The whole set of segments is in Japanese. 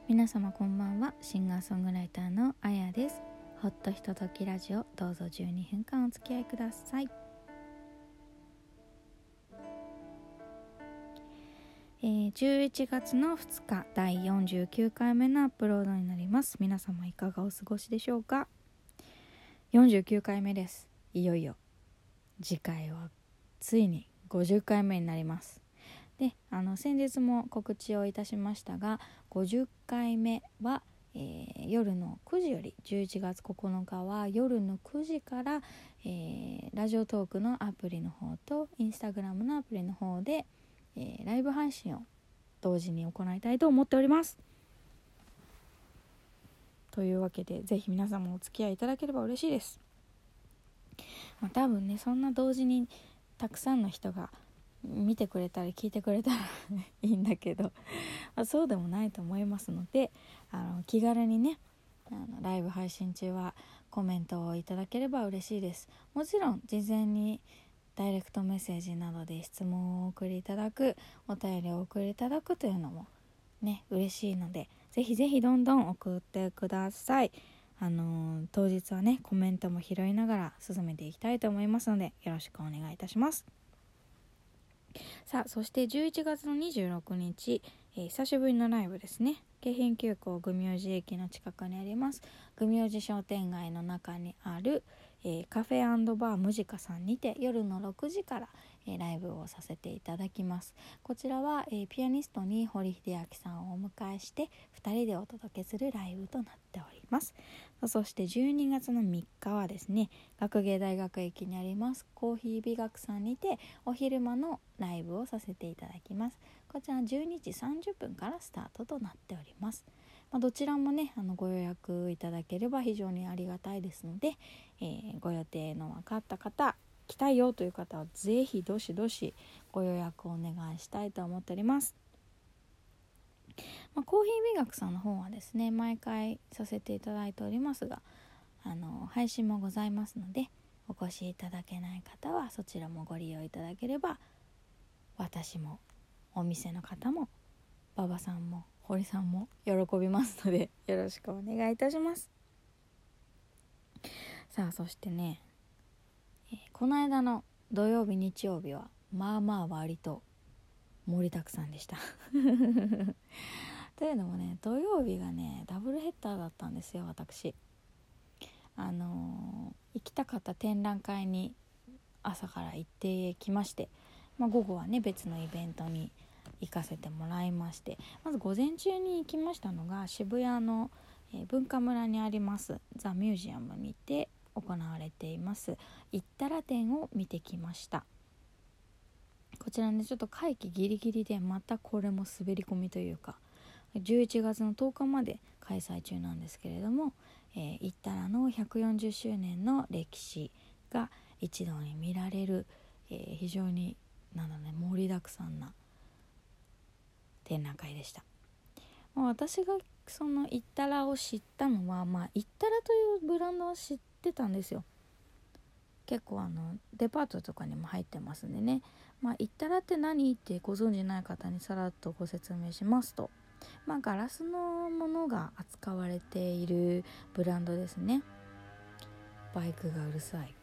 皆様こんばんは。シンガーソングライターのあやです。ほっとひとときラジオ、どうぞ12分間お付き合いください。11月の2日第49回目のアップロードになります。皆様いかがお過ごしでしょうか。49回目です。いよいよ次回はついに50回目になります。で、先日も告知をいたしましたが、50回目は、夜の9時より11月9日は夜の9時から、ラジオトークのアプリの方とインスタグラムのアプリの方で、ライブ配信を同時に行いたいと思っております。というわけで、ぜひ皆さんもお付き合いいただければ嬉しいです。多分ね、そんな同時にたくさんの人が見てくれたり聞いてくれたらいいんだけど、そうでもないと思いますので、気軽にね、ライブ配信中はコメントをいただければ嬉しいです。もちろん事前にダイレクトメッセージなどで質問をお送りいただく、お便りをお送りいただくというのもね、嬉しいので、ぜひぜひどんどん送ってください。当日はね、コメントも拾いながら進めていきたいと思いますので、よろしくお願いいたします。さあ、そして11月の26日、久しぶりのライブですね。京浜急行愚明寺駅の近くにあります愚明寺商店街の中にある、カフェ&バームジカさんにて夜の6時から、ライブをさせていただきます。こちらは、ピアニストに堀秀明さんをお迎えして2人でお届けするライブとなっております。そして12月の3日はですね、学芸大学駅にありますコーヒー美学さんにてお昼間のライブをさせていただきます。こちら12時30分からスタートとなっております。どちらもね、ご予約いただければ非常にありがたいですので、ご予定の分かった方、来たいよという方はぜひどしどしご予約をお願いしたいと思っております。コーヒー美学さんの方はですね、毎回させていただいておりますが、配信もございますので、お越しいただけない方はそちらもご利用いただければ、私もお店の方も馬場さんも堀さんも喜びますので、よろしくお願いいたします。さあ、そしてね、この間の土曜日日曜日は割と盛りだくさんでしたというのもね、土曜日がねダブルヘッダーだったんですよ。私行きたかった展覧会に朝から行ってきまして、午後はね別のイベントに行かせてもらいまして、まず午前中に行きましたのが渋谷の、文化村にありますザ・ミュージアムにて行われています行ったら展を見てきました。こちらね、ちょっと会期ギリギリで、またこれも滑り込みというか11月の10日まで開催中なんですけれども、行ったらの140周年の歴史が一堂に見られる、非常に盛りだくさんな展覧会でした。私がそのイッタラを知ったのは、イッタラというブランドは知ってたんですよ。結構デパートとかにも入ってますんでね。イッタラって何ってご存じない方にさらっとご説明しますと、ガラスのものが扱われているブランドですね。バイクがうるさい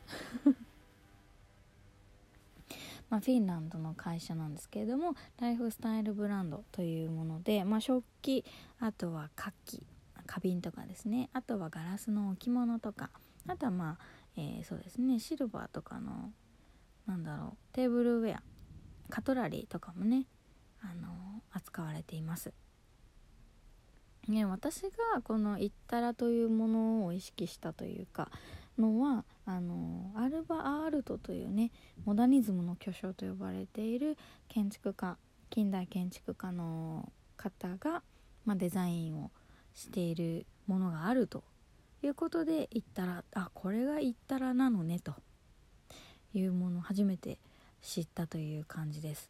フィンランドの会社なんですけれども、ライフスタイルブランドというもので、食器、あとは花瓶とかですね、あとはガラスの置物とか、あとはそうですね、シルバーとかのテーブルウェア、カトラリーとかもね扱われていますね。私がこのイッタラというものを意識したというかのは、アルバ・アールトというね、モダニズムの巨匠と呼ばれている建築家、近代建築家の方が、デザインをしているものがあるということで、イッタラ、これがイッタラなのねというものを初めて知ったという感じです。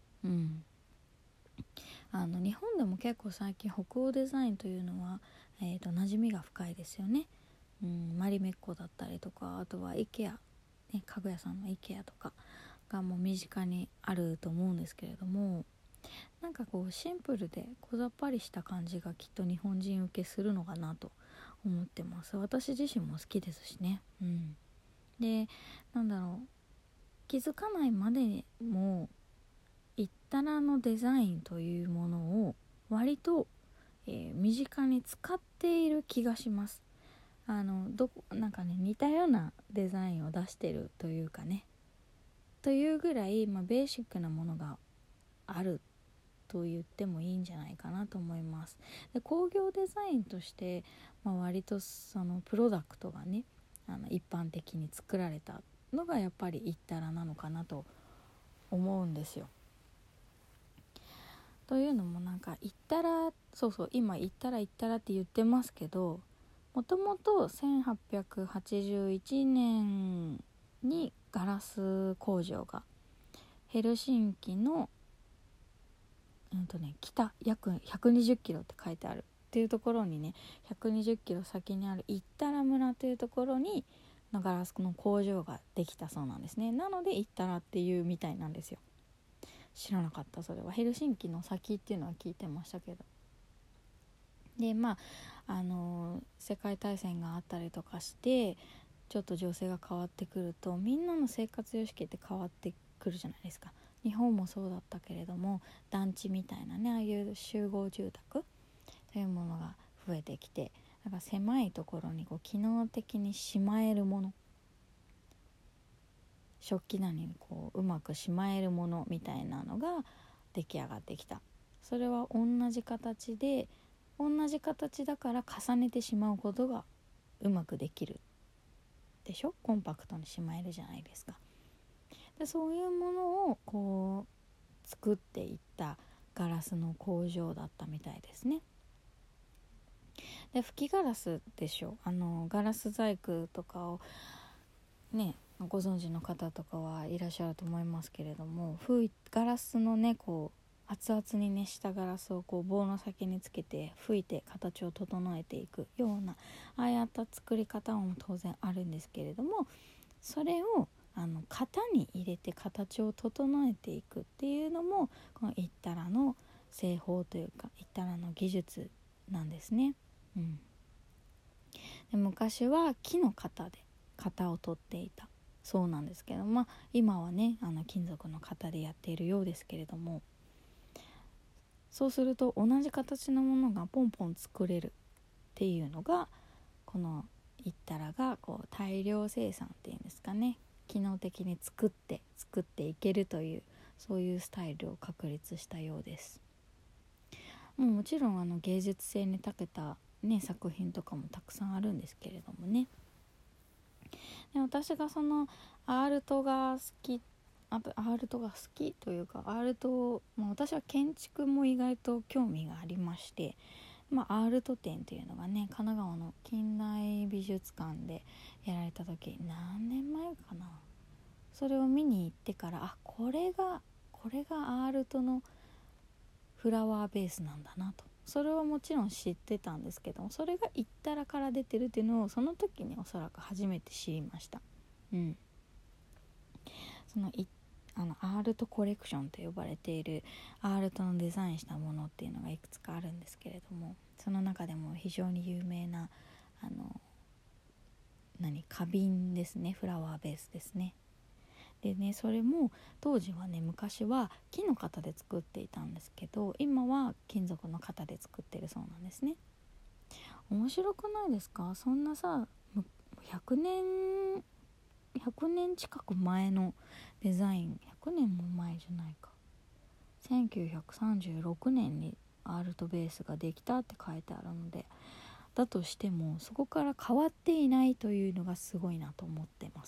日本でも結構最近北欧デザインというのは、馴染みが深いですよね。マリメッコだったりとか、あとはイケア、家具屋さんのイケアとかがもう身近にあると思うんですけれども、 なんかこうシンプルで小ざっぱりした感じがきっと日本人受けするのかなと思ってます。私自身も好きですしね。で、なんだろう、気づかないまでもいったらのデザインというものを割と、身近に使っている気がします。なんかね、似たようなデザインを出してるというかね、というぐらい、ベーシックなものがあると言ってもいいんじゃないかなと思います。で、工業デザインとして、割とそのプロダクトがね、一般的に作られたのがやっぱりいったらなのかなと思うんですよ。というのもなんかいったら、今いったらって言ってますけど、もともと1881年にガラス工場がヘルシンキの北約120キロって書いてあるっていうところにね、120キロ先にあるイッタラ村というところにガラスの工場ができたそうなんですね。なのでイッタラっていうみたいなんですよ。知らなかった。それはヘルシンキの先っていうのは聞いてましたけど。で、世界大戦があったりとかしてちょっと情勢が変わってくると、みんなの生活様式って変わってくるじゃないですか。日本もそうだったけれども、団地みたいなね、ああいう集合住宅というものが増えてきて、だから狭いところにこう機能的にしまえるもの、食器棚にこううまくしまえるものみたいなのが出来上がってきた。それは同じ形だから重ねてしまうことがうまくできるでしょ。コンパクトにしまえるじゃないですか。で、そういうものをこう作っていったガラスの工場だったみたいですね。で、吹きガラスでしょ。ガラス細工とかをね、ご存知の方とかはいらっしゃると思いますけれども、ガラスのね、こう熱々に熱したガラスをこう棒の先につけて吹いて形を整えていくような、ああやった作り方も当然あるんですけれども、それを型に入れて形を整えていくっていうのも、このイッタラの製法というかイッタラの技術なんですね。で、昔は木の型で型を取っていたそうなんですけど、今はね、金属の型でやっているようですけれども、そうすると同じ形のものがポンポン作れるっていうのが、このイッタラがこう大量生産っていうんですかね、機能的に作っていけるという、そういうスタイルを確立したようです。もちろん芸術性に長けた、作品とかもたくさんあるんですけれどもね。で、私がそのアートが好きというか、私は建築も意外と興味がありまして、アート展というのがね、神奈川の近代美術館でやられた時、何年前かな、それを見に行ってから、これがアートのフラワーベースなんだなと、それはもちろん知ってたんですけど、それがイッタラから出てるっていうのをその時におそらく初めて知りました。そのアートコレクションと呼ばれているアートのデザインしたものっていうのがいくつかあるんですけれども、その中でも非常に有名な花瓶ですね。フラワーベースですね。でね、それも当時はね、昔は木の型で作っていたんですけど、今は金属の型で作ってるそうなんですね。面白くないですか？そんなさ、100年近く前のデザイン、100年も前じゃないか、1936年にアートベースができたって書いてあるので、だとしてもそこから変わっていないというのがすごいなと思ってます。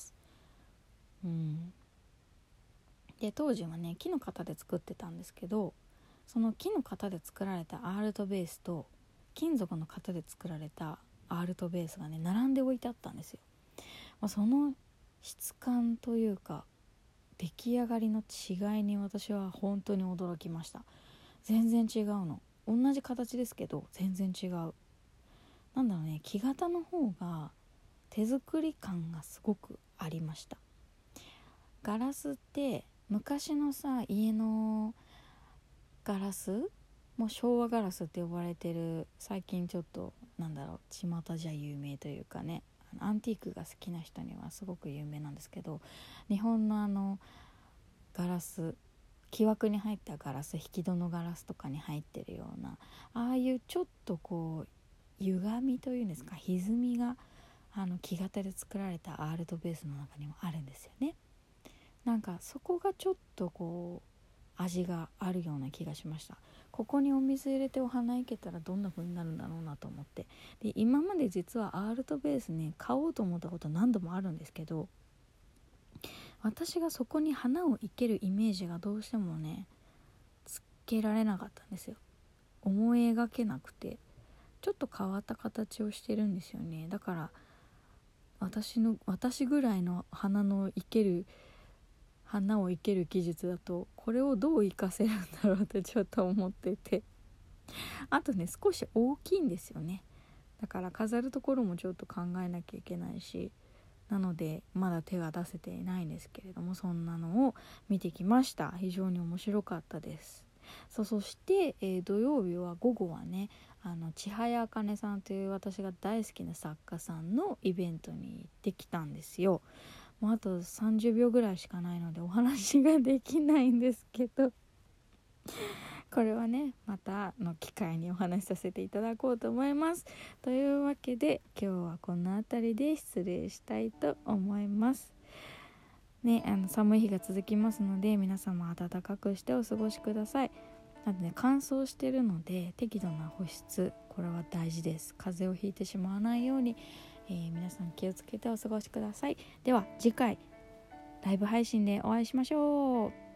で、当時はね、木の型で作ってたんですけど、その木の型で作られたアートベースと金属の型で作られたアートベースがね、並んで置いてあったんですよ。その質感というか出来上がりの違いに私は本当に驚きました。全然違うの。同じ形ですけど全然違う。木型の方が手作り感がすごくありました。ガラスって昔のさ、家のガラスも昭和ガラスって呼ばれてる、最近ちょっと巷じゃ有名というかね、アンティークが好きな人にはすごく有名なんですけど、日本のガラス、木枠に入ったガラス、引き戸のガラスとかに入ってるような、ああいうちょっとこう歪みというんですか、歪みが木型で作られたアールトベースの中にもあるんですよね。なんかそこがちょっとこう味があるような気がしました。ここにお水入れてお花いけたらどんな風になるんだろうなと思って、で今まで実はアールトベースね買おうと思ったこと何度もあるんですけど、私がそこに花を生けるイメージがどうしてもねつけられなかったんですよ。思い描けなくて、ちょっと変わった形をしてるんですよね。だから私ぐらいの花を生ける技術だとこれをどう活かせるんだろうってちょっと思ってて、あとね少し大きいんですよね。だから飾るところもちょっと考えなきゃいけないし、なのでまだ手が出せていないんですけれども、そんなのを見てきました。非常に面白かったです。そして、土曜日は午後はね、千早茜さんという私が大好きな作家さんのイベントに行ってきたんですよ。もうあと30秒ぐらいしかないのでお話ができないんですけど、これはねまたの機会にお話しさせていただこうと思います。というわけで今日はこの辺りで失礼したいと思いますね。寒い日が続きますので皆様暖かくしてお過ごしください。あとね、乾燥してるので適度な保湿、これは大事です。風邪をひいてしまわないように、皆さん気をつけてお過ごしください。では次回ライブ配信でお会いしましょう。